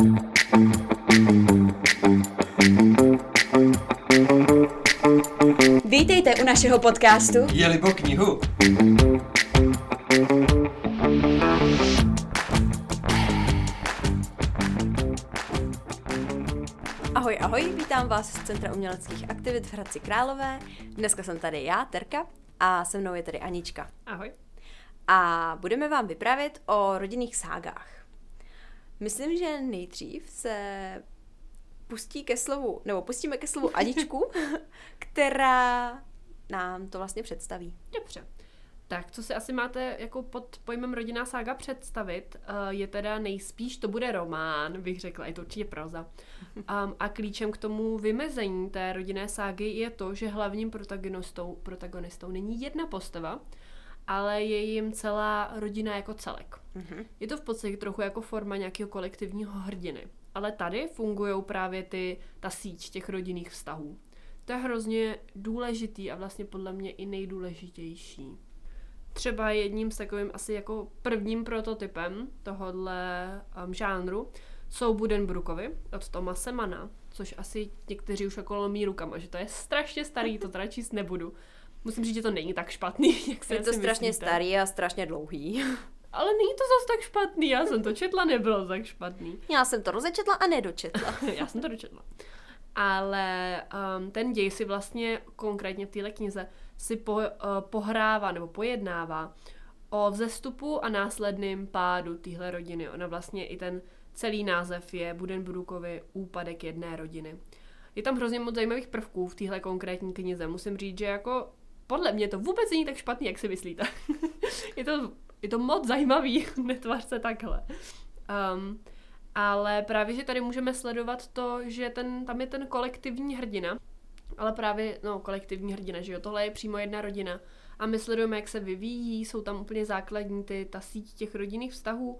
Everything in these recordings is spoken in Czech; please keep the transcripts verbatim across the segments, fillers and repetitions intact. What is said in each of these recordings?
Vítejte u našeho podcastu Jelibo knihu. Ahoj, ahoj, vítám vás z Centra uměleckých aktivit v Hradci Králové. Dneska jsem tady já, Terka, a se mnou je tady Anička. Ahoj. A budeme vám vyprávět o rodinných ságách. Myslím, že nejdřív se pustí ke slovu, nebo pustíme ke slovu Aničku, která nám to vlastně představí. Dobře. Tak, co si asi máte jako pod pojmem rodinná sága představit, je teda nejspíš, to bude román, bych řekla, je to určitě proza. Um, a klíčem k tomu vymezení té rodinné ságy je to, že hlavním protagonistou, protagonistou není jedna postava, ale je jim celá rodina jako celek. Mm-hmm. Je to v podstatě trochu jako forma nějakého kolektivního hrdiny. Ale tady fungují právě ty, ta síť těch rodinných vztahů. To je hrozně důležitý a vlastně podle mě i nejdůležitější. Třeba jedním z takovým asi jako prvním prototypem tohohle um, žánru jsou Buddenbrookovy od Thomase Manna, což asi někteří už jako lomí rukama, že to je strašně starý, to teda číst nebudu. Musím říct, že to není tak špatný, jak si je to asi strašně myslíte. starý a strašně dlouhý. Ale není to zase tak špatný, já jsem to četla, nebylo tak špatný. Já jsem to rozečetla a nedočetla. Já jsem to dočetla. Ale um, ten děj si vlastně konkrétně v téhle knize si po, uh, pohrává nebo pojednává o vzestupu a následným pádu téhle rodiny. Ona vlastně i ten celý název je Buddenbrookovy Úpadek jedné rodiny. Je tam hrozně moc zajímavých prvků v téhle konkrétní knize. Musím říct, že jako podle mě to vůbec není tak špatný, jak si myslíte. je, to, je to moc zajímavý, netvař se takhle. Um, ale právě, že tady můžeme sledovat to, že ten, tam je ten kolektivní hrdina, ale právě, no, kolektivní hrdina, že jo, tohle je přímo jedna rodina a my sledujeme, jak se vyvíjí, jsou tam úplně základní ty, ta síť těch rodinných vztahů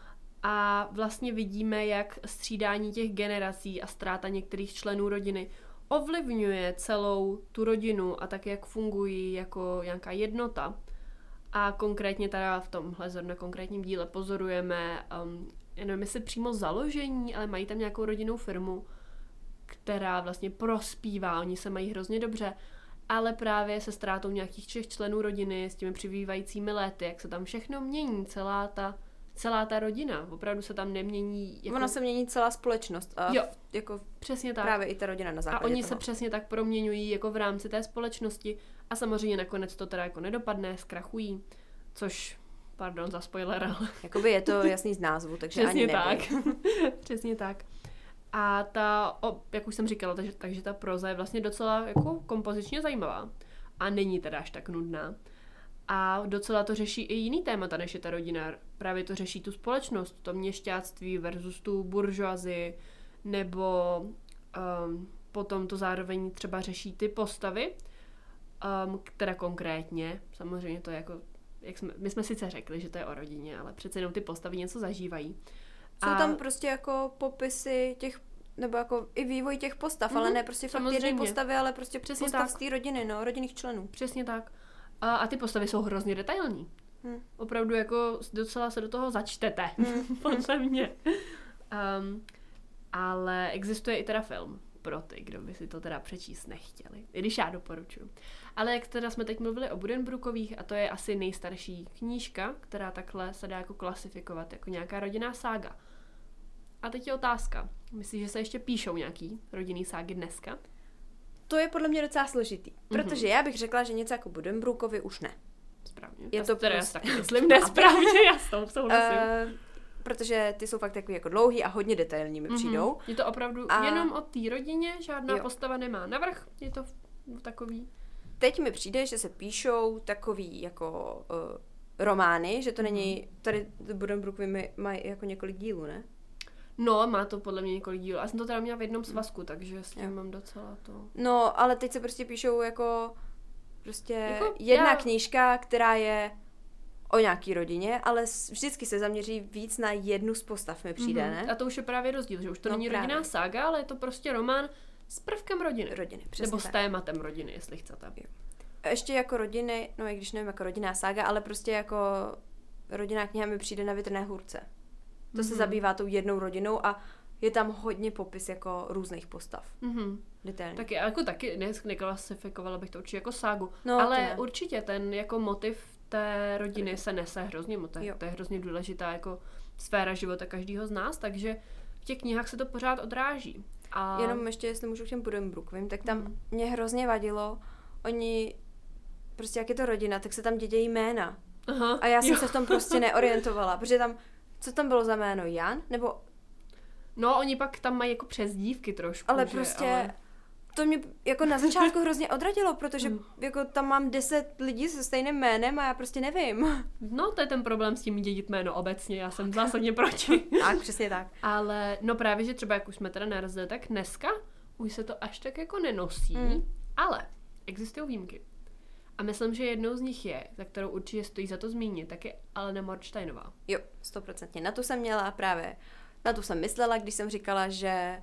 a vlastně vidíme, jak střídání těch generací a ztráta některých členů rodiny ovlivňuje celou tu rodinu a tak, jak fungují jako nějaká jednota. A konkrétně teda v tomhle zrovna konkrétním díle pozorujeme, um, nevím, jestli přímo založení, ale mají tam nějakou rodinnou firmu, která vlastně prospívá, oni se mají hrozně dobře, ale právě se ztrátou nějakých třech členů rodiny s těmi přibývajícími léty, jak se tam všechno mění, celá ta, celá ta rodina, opravdu se tam nemění. Jako... Ona se mění celá společnost a jo, jako přesně tak. Právě i ta rodina na základě A oni toho. se přesně tak proměňují jako v rámci té společnosti a samozřejmě nakonec to teda jako nedopadne, zkrachují, což, pardon za spoiler, ale... Jakoby je to jasný z názvu, takže přesně ani tak. neboj. Přesně tak. A ta, o, jak už jsem říkala, takže, takže ta proza je vlastně docela jako kompozičně zajímavá a není teda až tak nudná. A docela to řeší i jiný témata, než je ta rodina. Právě to řeší tu společnost, to měšťáctví versus tu buržoazii, nebo um, potom to zároveň třeba řeší ty postavy, um, která konkrétně, samozřejmě to je jako, jak jsme, my jsme sice řekli, že to je o rodině, ale přece jenom ty postavy něco zažívají. Jsou a... tam prostě jako popisy těch, nebo jako i vývoj těch postav, mm-hmm, ale ne prostě fakt jedné postavy, ale prostě přesně postav tak. z té rodiny, no, rodinných členů. Přesně tak. A, a ty postavy jsou hrozně detailní. Hmm. Opravdu jako docela se do toho začtete, hmm. podle mě. Um, ale existuje i teda film pro ty, kdo by si to teda přečíst nechtěli. I když já doporučuji. Ale jak teda jsme teď mluvili o Buddenbrookových, a to je asi nejstarší knížka, která takhle se dá jako klasifikovat jako nějaká rodinná sága. A teď je otázka. Myslíš, že se ještě píšou nějaký rodinný ságy dneska? To je podle mě docela složitý. Protože mm-hmm. já bych řekla, že něco jako Buddenbrookovi už ne. Správně. Je já to teda prostě... taky myslím nesprávně, já s tou souhlasím. Uh, protože ty jsou fakt takový jako dlouhý a hodně detailní mi přijdou. Mm-hmm. Je to opravdu a... jenom o té rodině, žádná jo. postava nemá navrch, je to takový... Teď mi přijde, že se píšou takový jako uh, romány, že to není, tady Buddenbrookovi mají jako několik dílů, ne? No, má to podle mě několik dílů. Já jsem to teda měla v jednom svazku, takže s tím jo. mám docela to... No, ale teď se prostě píšou jako prostě jako jedna já... knížka, která je o nějaký rodině, ale vždycky se zaměří víc na jednu z postav, mi přijde, mm-hmm. ne? A to už je právě rozdíl, že už to no, není právě. rodinná sága, ale je to prostě román s prvkem rodiny. Rodiny, přesně Nebo tak. s tématem rodiny, jestli chcete. Jo. A ještě jako rodiny, no i když nevím, jako rodinná sága, ale prostě jako rodinná kniha mi přijde Na větrné hůrce. To mm-hmm. se zabývá tou jednou rodinou a je tam hodně popis jako různých postav. Mm-hmm. Detailně. Tak jako taky ne, neklasifikovala bych to určitě jako ságu, No, ale určitě ten jako motiv té rodiny se nese hrozně moc. To je hrozně důležitá jako sféra života každého z nás, takže v těch knihách se to pořád odráží. A... Jenom ještě, jestli můžu k těm Buddenbrookovým, tak tam mm. mě hrozně vadilo, oni, prostě jak je to rodina, tak se tam dědějí jména. Aha, a já jsem jo. se v tom prostě neorientovala, protože tam, co tam bylo za jméno, Jan? Nebo... No, oni pak tam mají jako přezdívky trošku, Ale že? prostě... Ale... To mě jako na začátku hrozně odradilo, protože mm. jako tam mám deset lidí se stejným jménem a já prostě nevím. No, to je ten problém s tím dědit jméno obecně, já jsem zásadně proti. Tak, přesně tak. Ale no právě, že třeba jak už jsme teda narazili, tak dneska už se to až tak jako nenosí, mm. ale existují výjimky. A myslím, že jednou z nich je, za kterou určitě stojí za to zmínit, tak je Alena Mornsteinová. Jo, stoprocentně. Na tu jsem měla právě, na tu jsem myslela, když jsem říkala, že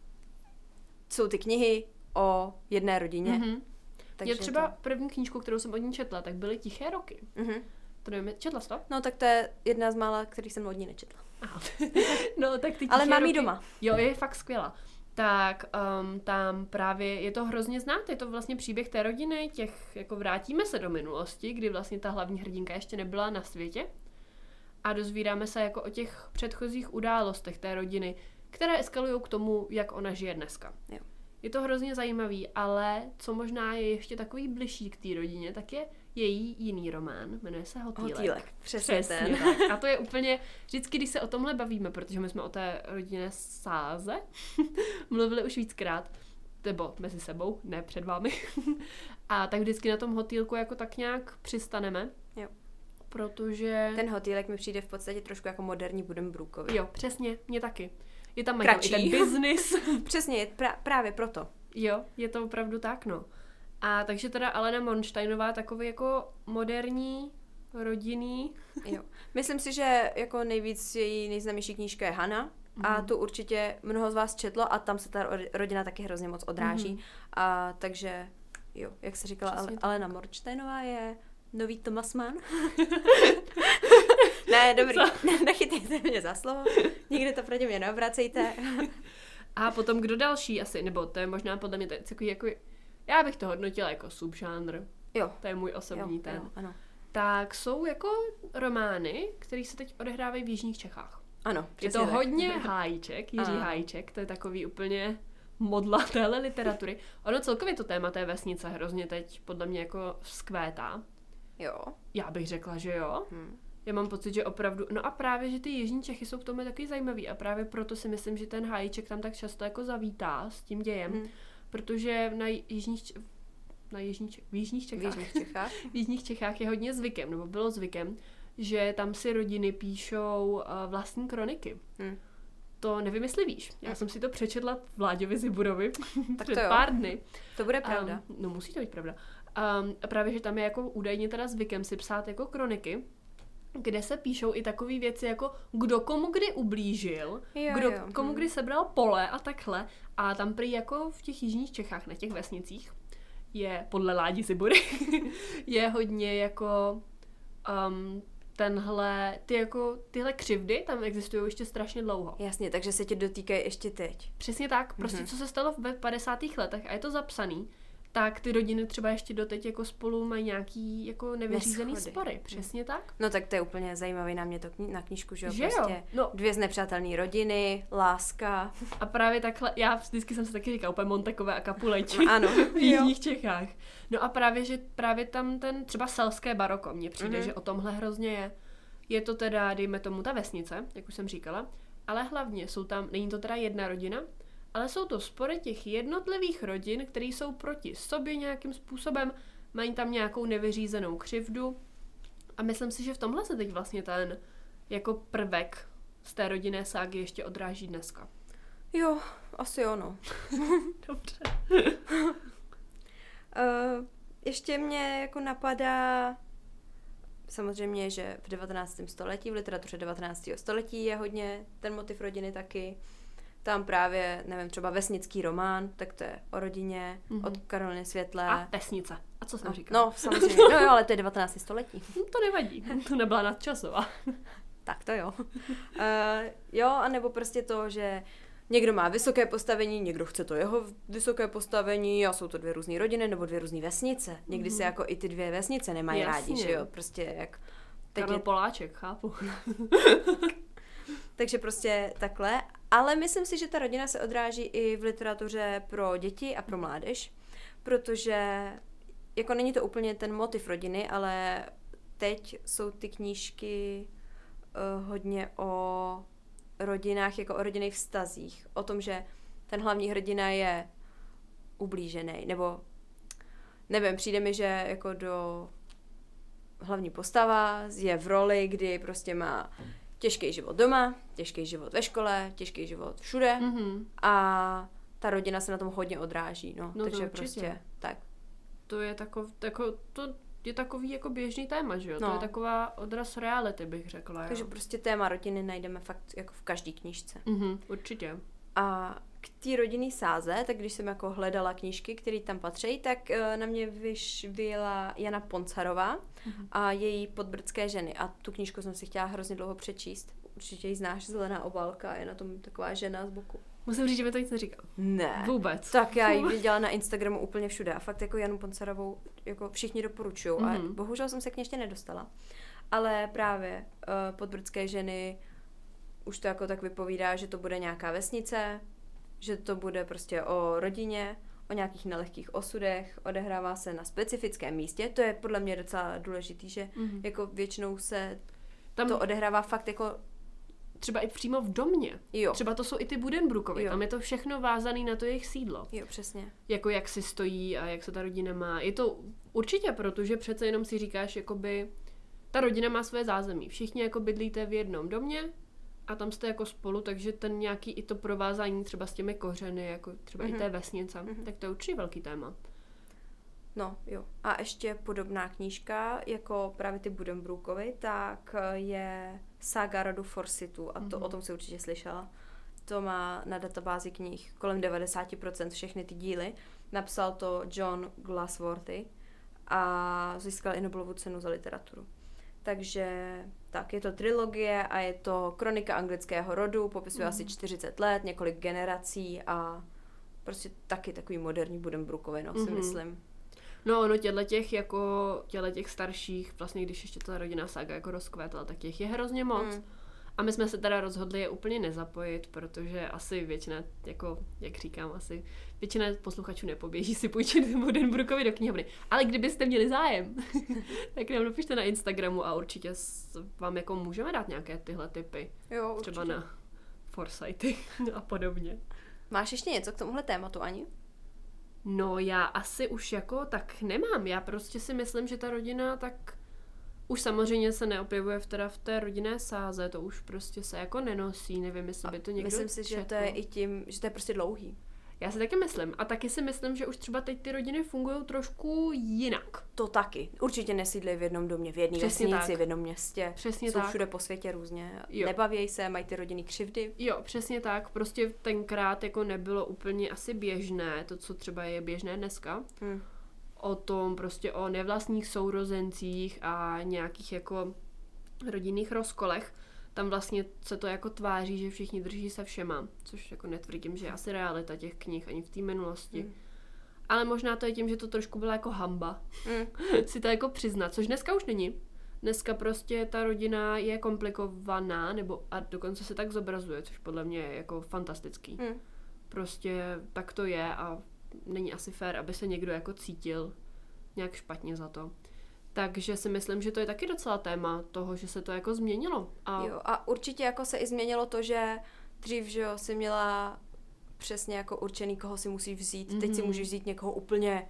jsou ty knihy o jedné rodině. Mm-hmm. Takže je třeba to... první knížku, kterou jsem od ní četla, tak byly Tiché roky. Mm-hmm. To nevím, četla jsi to? No tak to je jedna z mála, který jsem od ní nečetla. Aha. No tak ty Ale mám roky... ji doma. Jo, je fakt skvělá. Tak um, tam právě je to hrozně znát, je to vlastně příběh té rodiny, těch, jako vrátíme se do minulosti, kdy vlastně ta hlavní hrdinka ještě nebyla na světě a dozvídáme se jako o těch předchozích událostech té rodiny, které eskalují k tomu, jak ona žije dneska. Jo. Je to hrozně zajímavý, ale co možná je ještě takový bližší k té rodině, tak je její jiný román, jmenuje se Hotýlek. Hotýlek, přesně, přesně ten. Tak. A to je úplně, vždycky, když se o tomhle bavíme, protože my jsme o té rodině Sáze mluvili už víckrát, nebo mezi sebou, ne před vámi. A tak vždycky na tom Hotýlku jako tak nějak přistaneme. Jo. Protože... Ten Hotýlek mi přijde v podstatě trošku jako moderní Buddenbrookovi. Jo, přesně, mě taky. Je tam mají tam i ten biznis. Přesně, je pra- právě proto. Jo, je to opravdu tak, no. A takže teda Alena Mornsteinová takový jako moderní, rodinný. Jo. Myslím si, že jako nejvíc její nejznámější knížka je Hana. Mm. A tu určitě mnoho z vás četlo a tam se ta rodina taky hrozně moc odráží. Mm. A takže, jo, jak se říkala, Ale- Alena Mornsteinová je nový Thomas Mann. Ne, dobrý, nechytejte mě za slovo. Nikdy to proti mě neobracejte. A potom kdo další asi, nebo to je možná podle mě takový jako, já bych to hodnotila jako subžánr. Jo. To je můj osobní jo, ten. Jo, ano. Tak jsou jako romány, které se teď odehrávají v jižních Čechách. Ano, je to tak. Hodně Hájček, Jiří Aha. Hájček, to je takový úplně modla téhle literatury. Ono celkově to téma té vesnice hrozně teď podle mě jako vzkvétá. Jo. Já bych řekla, že jo. Hmm. Já mám pocit, že opravdu, no a právě, že ty jižní Čechy jsou v tom taky zajímavý a právě proto si myslím, že ten Hájček tam tak často jako zavítá s tím dějem, hmm. protože na jižních, na jižních, v jižních Čechách, v jižních Čechách. v jižních Čechách je hodně zvykem, nebo bylo zvykem, že tam si rodiny píšou uh, vlastní kroniky. Hmm. To nevím, jestli víš. Já jsem si to přečetla v Vláďovi Ziburovi před pár dny. To bude pravda. Um, no musí to být pravda. Um, a právě, že tam je jako údajně teda zvykem si psát jako kroniky, kde se píšou i takové věci jako kdo komu kdy ublížil, jo, kdo jo. komu kdy sebral pole a takhle. A tam prý jako v těch jižních Čechách, na těch vesnicích, je podle Ládi Zibury, je hodně jako um, tenhle, ty jako, tyhle křivdy tam existují ještě strašně dlouho. Jasně, takže se tě dotýkají ještě teď. Přesně tak, prostě mm-hmm. co se stalo v padesátých letech a je to zapsaný, tak ty rodiny třeba ještě doteď jako spolu mají nějaký jako nevyřízený Neschody. spory. Přesně tak. No tak to je úplně zajímavý námět kni- na knížku, že jo? Že prostě jo? No. Dvě znepřátelné rodiny, láska. A právě takhle, já vždycky jsem se taky říkala úplně Montekové a Kapulejči ano. v jižních Čechách. No a právě, že právě tam ten třeba selské baroko, mně přijde, mm-hmm. že o tomhle hrozně je. Je to teda, dejme tomu, ta vesnice, jak už jsem říkala, ale hlavně jsou tam, není to teda jedna rodina, ale jsou to spory těch jednotlivých rodin, které jsou proti sobě nějakým způsobem, mají tam nějakou nevyřízenou křivdu a myslím si, že v tomhle se teď vlastně ten jako prvek z té rodinné ságy ještě odráží dneska. Jo, asi ono. Dobře. uh, ještě mě jako napadá samozřejmě, že v devatenáctém století, v literatuře devatenáctého století je hodně ten motiv rodiny taky. Tam právě, nevím, třeba vesnický román, tak to je o rodině, mm-hmm. od Karoliny Světlé. A vesnice. A co jsem říkala? No, samozřejmě. No jo, ale to je devatenácté století. To nevadí. To nebyla nadčasová. Tak to jo. Uh, jo, anebo prostě to, že někdo má vysoké postavení, někdo chce to jeho vysoké postavení a jsou to dvě různé rodiny nebo dvě různé vesnice. Někdy mm-hmm. se jako i ty dvě vesnice nemají Jasně. rádi, že jo, prostě jak... Karel je... Poláček, chápu. Takže prostě takhle. Ale myslím si, že ta rodina se odráží i v literatuře pro děti a pro mládež, protože jako není to úplně ten motiv rodiny, ale teď jsou ty knížky uh, hodně o rodinách, jako o rodinných vztazích. O tom, že ten hlavní hrdina je ublížený, nebo nevím, přijde mi, že jako do hlavní postava je v roli, kdy prostě má těžký život doma, těžký život ve škole, těžký život všude mm-hmm. a ta rodina se na tom hodně odráží, no, no takže prostě tak. To je takov, tako, to je takový jako běžný téma, že jo? No. To je taková odraz reality, bych řekla. Takže jo. prostě téma rodiny najdeme fakt jako v každý knížce. Mm-hmm, určitě. A k té rodinný sáze, tak když jsem jako hledala knížky, které tam patří, tak uh, na mě vyšvila Jana Poncarová mm-hmm. a její Podbrdské ženy. A tu knížku jsem si chtěla hrozně dlouho přečíst. Určitě ji znáš, zelená obálka, je na tom taková žena z boku. Musím říct, že mi to nic neříká. Ne. Vůbec. Tak já ji viděla na Instagramu úplně všude a fakt jako Janu Poncarovou jako všichni doporučují. Mm-hmm. A bohužel jsem se k ní ještě nedostala. Ale právě uh, Podbrdské ženy už to jako tak vypovídá, že to bude nějaká vesnice, že to bude prostě o rodině, o nějakých nelehkých osudech, odehrává se na specifickém místě. To je podle mě docela důležitý, že mm-hmm. jako většinou se tam to odehrává fakt jako třeba i přímo v domě. Jo. Třeba to jsou i ty Buddenbrookovy. Tam je to všechno vázané na to jejich sídlo. Jo, přesně. Jako jak si stojí a jak se ta rodina má. Je to určitě, protože přece jenom si říkáš, jakoby ta rodina má své zázemí. Všichni jako bydlíte v jednom domě a tam jste jako spolu, takže ten nějaký i to provázání třeba s těmi kořeny, jako třeba mm-hmm. i té vesnice, mm-hmm. tak to je určitě velký téma. No, jo. A ještě podobná knížka, jako právě ty Buddenbrookovy, tak je Sága rodu Forsytů a to mm-hmm. o tom si určitě slyšela. To má na databázi knih kolem devadesát procent všechny ty díly. Napsal to John Glassworthy a získal i Nobelovu cenu za literaturu. Takže tak, je to trilogie a je to kronika anglického rodu, popisuje mm. asi čtyřicet let, několik generací a prostě taky takový moderní Buddenbrookovy, no, mm-hmm. si myslím. No, ono těchto těch jako, těchto těch starších, vlastně když ještě ta rodinná sága jako rozkvétala, tak těch je hrozně moc. Mm. A my jsme se teda rozhodli je úplně nezapojit, protože asi většina, jako, jak říkám, asi většina posluchačů nepoběží si půjčit Buddenbrookovi do knihovny. Ale kdybyste měli zájem, tak nám napište na Instagramu a určitě vám jako můžeme dát nějaké tyhle tipy. Jo, určitě. Třeba na Forsythy a podobně. Máš ještě něco k tomuhle tématu, Ani? No, já asi už jako tak nemám. Já prostě si myslím, že ta rodina tak už samozřejmě se neobjevuje v, teda v té rodinné sáze, to už prostě se jako nenosí, nevím, jestli by to někdo Myslím si, četl. Že to je i tím, že to je prostě dlouhý. Já si taky myslím. A taky si myslím, že už třeba teď ty rodiny fungují trošku jinak. To taky. Určitě nesídlí v jednom domě, v jedné vesnici, v jednom městě. Přesně Jsou tak. všude po světě různě. Jo. Nebavějí se, mají ty rodiny křivdy. Jo, přesně tak. Prostě tenkrát jako nebylo úplně asi běžné, to, co třeba je běžné dneska. Hmm. O tom prostě o nevlastních sourozencích a nějakých jako rodinných rozkolech. Tam vlastně se to jako tváří, že všichni drží se všema, což jako netvrdím, že je asi realita těch knih ani v té minulosti. Mm. Ale možná to je tím, že to trošku byla jako hamba. Mm. si to jako přiznat, což dneska už není. Dneska prostě ta rodina je komplikovaná, nebo a dokonce se tak zobrazuje, což podle mě je jako fantastický. Mm. Prostě tak to je a není asi fér, aby se někdo jako cítil nějak špatně za to. Takže si myslím, že to je taky docela téma toho, že se to jako změnilo. A... Jo, a určitě jako se i změnilo to, že dřív, že jo, si měla přesně jako určený, koho si musíš vzít. Mm-hmm. Teď si můžeš vzít někoho úplně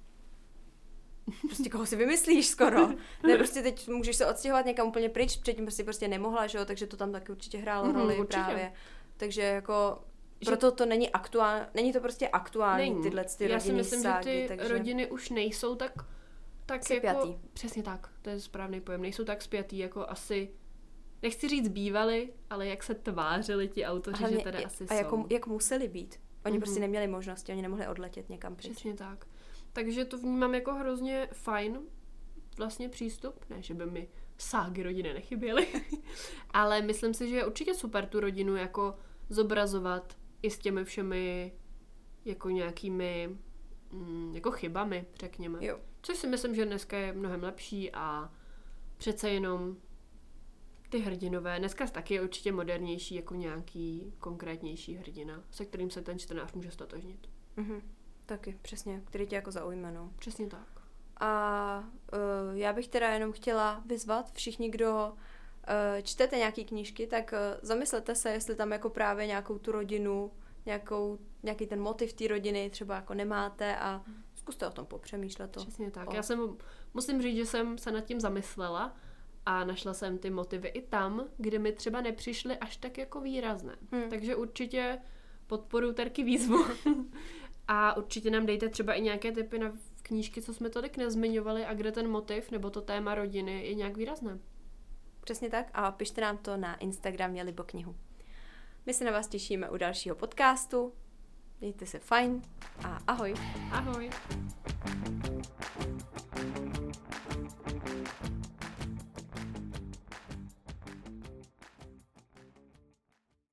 prostě koho si vymyslíš skoro. Ne, prostě teď můžeš se odstěhovat někam úplně pryč, předtím prostě prostě nemohla, že jo, takže to tam taky určitě hrálo mm-hmm, roli určitě. Právě. Takže jako proto to není aktuální, není to prostě aktuální není. Tyhle ty rodinný ságy. Já si myslím, ságy, že ty takže... rodiny už nejsou tak tak spjatý. Jako, přesně tak, to je správný pojem, nejsou tak spjatý, jako asi, nechci říct bývali, ale jak se tvářili ti autoři, že teda je, asi a jsou. A jako, jak museli být. Oni mm-hmm. prostě neměli možnosti, oni nemohli odletět někam pryč. Přesně tak. Takže to vnímám jako hrozně fajn vlastně přístup, ne, že by mi ságy rodiny nechyběly, ale myslím si, že je určitě super tu rodinu jako zobrazovat i s těmi všemi jako nějakými mm, jako chybami, řekněme. Jo. Což si myslím, že dneska je mnohem lepší a přece jenom ty hrdinové, dneska taky je určitě modernější jako nějaký konkrétnější hrdina, se kterým se ten čtenář může stotožnit. Mhm. Taky, přesně, který tě jako zaujme, no. Přesně tak. A uh, já bych teda jenom chtěla vyzvat všichni, kdo uh, čtete nějaký knížky, tak uh, zamyslete se, jestli tam jako právě nějakou tu rodinu, nějakou, nějaký ten motiv té rodiny třeba jako nemáte a zkuste o tom popřemýšlet. To. Přesně tak. O. Já jsem, musím říct, že jsem se nad tím zamyslela a našla jsem ty motivy i tam, kde mi třeba nepřišly až tak jako výrazné. Hmm. Takže určitě podporuji Terky výzvu. A určitě nám dejte třeba i nějaké tipy na knížky, co jsme tolik nezmiňovali a kde ten motiv nebo to téma rodiny je nějak výrazné. Přesně tak a pište nám to na Instagramě Liboknihu. My se na vás těšíme u dalšího podcastu. Mějte se fajn a ahoj. Ahoj.